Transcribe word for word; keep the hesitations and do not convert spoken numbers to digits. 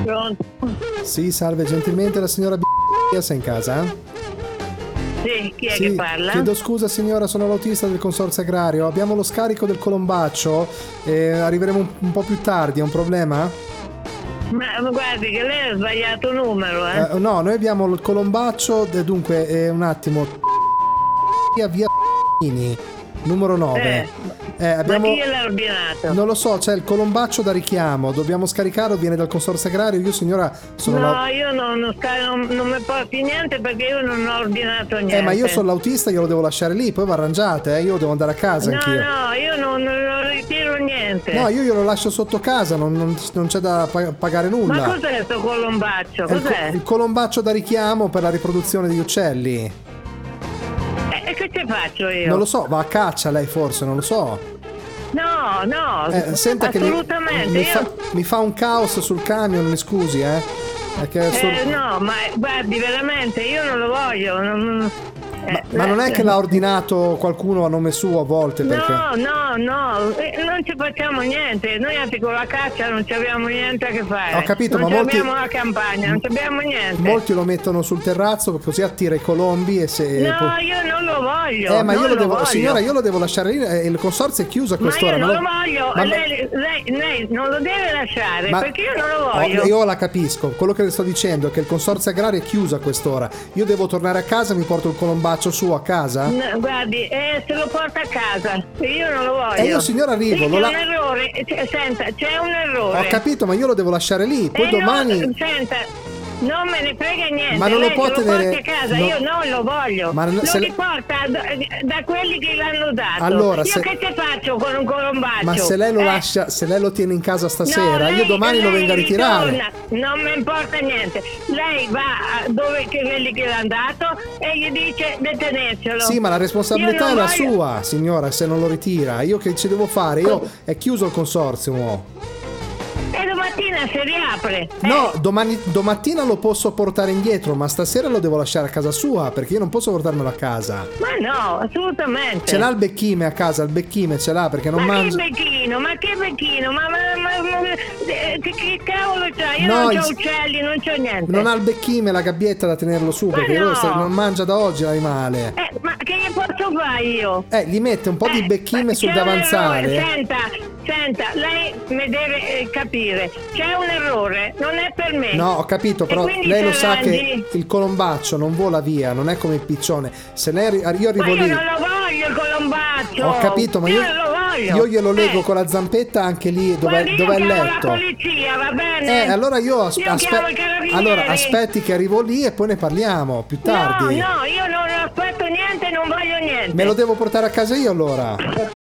Pronto? Sì, salve, gentilmente la signora B. Sei in casa? Sì, chi è Sì, che parla? chiedo scusa signora, sono l'autista del consorzio agrario. Abbiamo lo scarico del Colombaccio e arriveremo un, un po' più tardi, è un problema? Ma, ma guardi che lei ha sbagliato numero, eh? Eh, no, noi abbiamo il Colombaccio, eh, dunque, eh, un attimo, via via numero nove. Eh, Eh, abbiamo... Ma chi l'ha ordinato? Non lo so, c'è il Colombaccio da richiamo, dobbiamo scaricarlo, viene dal consorzio agrario. Io signora sono No, la... io non, non, non, non mi porti niente perché io non ho ordinato niente. Eh, ma io sono l'autista, glielo devo lasciare lì, poi vi arrangiate, eh? Io devo andare a casa No, anch'io. no, io non, non ritiro niente. No, io glielo lascio sotto casa, non, non- non c'è da pa- pagare nulla. Ma cos'è sto colombaccio? È il, Cos'è? co- il Colombaccio da richiamo per la riproduzione degli uccelli. E che ci faccio io? Non lo so, va a caccia lei forse, non lo so. No, no, Eh, senta che mi, assolutamente. mi io... fa, mi fa un caos sul camion, mi scusi, eh? Perché sul- Eh, no, ma guardi, veramente, io non lo voglio. Non... ma, eh, ma non è che l'ha ordinato qualcuno a nome suo a volte? Perché... No, no, no, eh, non ci facciamo niente. Noi anche con la caccia non ci abbiamo niente a che fare. Ho capito, non ma ci molti- abbiamo la campagna, non ci abbiamo niente. Molti lo mettono sul terrazzo così attira i colombi e se... No, poi- io non lo voglio. Eh, ma io non lo devo... voglio. Signora, io lo devo lasciare lì, eh, il consorzio è chiuso a Ma quest'ora. io me non lo voglio, ma- lei, lei, lei non lo deve lasciare Ma- perché io non lo Oh, voglio. io la capisco, quello che le sto dicendo è che il consorzio agrario è chiuso a quest'ora. Io devo tornare a casa, mi porto il colombaccio su a casa? No, guardi, eh, se lo porta a casa, io non lo voglio. E io, signora, arrivo, Sì, lo c'è la- un errore, c'è- senta, c'è un errore. Ho capito, ma io lo devo lasciare lì, poi Eh, domani... no, senta, non me ne frega niente. Ma non lo Lei può se tenere- lo porti a casa, no. io non lo voglio. Ma lo se le- riporta da, da quelli che l'hanno dato. Allora, io se- che ci faccio con un colombaccio? Ma se lei lo Eh? lascia, se lei lo tiene in casa No, stasera, io lei- domani lo lei vengo a ritirare. ritorna, non mi importa niente. Lei va a dove che quelli che l'hanno dato e gli dice di tenercelo. Sì, ma la responsabilità Io è non la voglio- sua, signora, se non lo ritira. Io che ci devo fare? Io è chiuso il consorzio. mo. E domattina si riapre. No, Eh, domani, domattina lo posso portare indietro, ma stasera lo devo lasciare a casa sua, perché io non posso portarmelo a casa. ma no, assolutamente. Ce l'ha il becchime a casa, il becchime ce l'ha perché non ma mangia. che becchino, ma che becchino, ma, ma, ma- ma- eh, che, che cavolo c'ha? Io No, non il- c'ho uccelli, non c'ho niente. Non ha il becchime, la gabbietta da tenerlo su, Ma perché no. lui sta- non mangia da oggi l'animale. Eh, ma che gli posso fare io? Eh, gli mette un po' di Eh, becchime ma sul c'è un davanzale. errore. Senta, senta, lei mi deve eh, capire. C'è un errore, non è per me. No, ho capito, E però quindi lei lo si sa che arrangi. il colombaccio non vola via, non è come il piccione. Se lei arri- io Ma arrivo io lì, non lo voglio il colombaccio. ho capito, ma io, non lo voglio. io glielo lego Eh, con la zampetta anche lì dove, guardi, io dove è il chiamo letto. la polizia, va bene? Eh, allora io, aspe- Io chiamo aspe- i carabinieri. allora aspetti che arrivo lì e poi ne parliamo più tardi. No, no, io non aspetto niente, non voglio niente. Me lo devo portare a casa io allora.